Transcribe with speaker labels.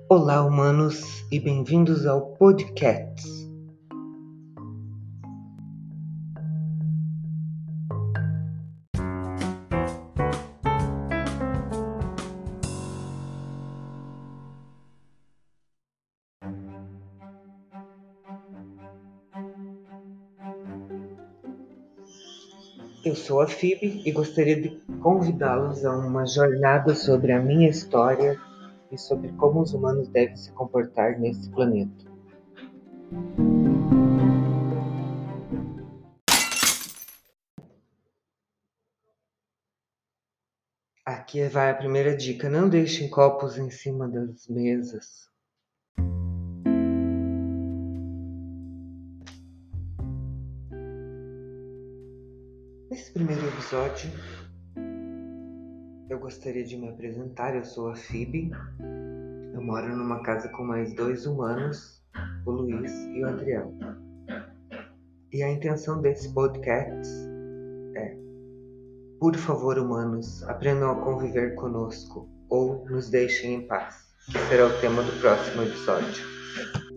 Speaker 1: Olá, humanos, e bem-vindos ao Podcast. Eu sou a Phoebe e gostaria de convidá-los a uma jornada sobre a minha história e sobre como os humanos devem se comportar nesse planeta. Aqui vai a primeira dica: não deixem copos em cima das mesas. Nesse primeiro episódio, eu gostaria de me apresentar. Eu sou a Phoebe. Eu moro numa casa com mais 2 humanos, o Luiz e o Adriel. E a intenção desse podcast é: por favor, humanos, aprendam a conviver conosco ou nos deixem em paz, que será o tema do próximo episódio.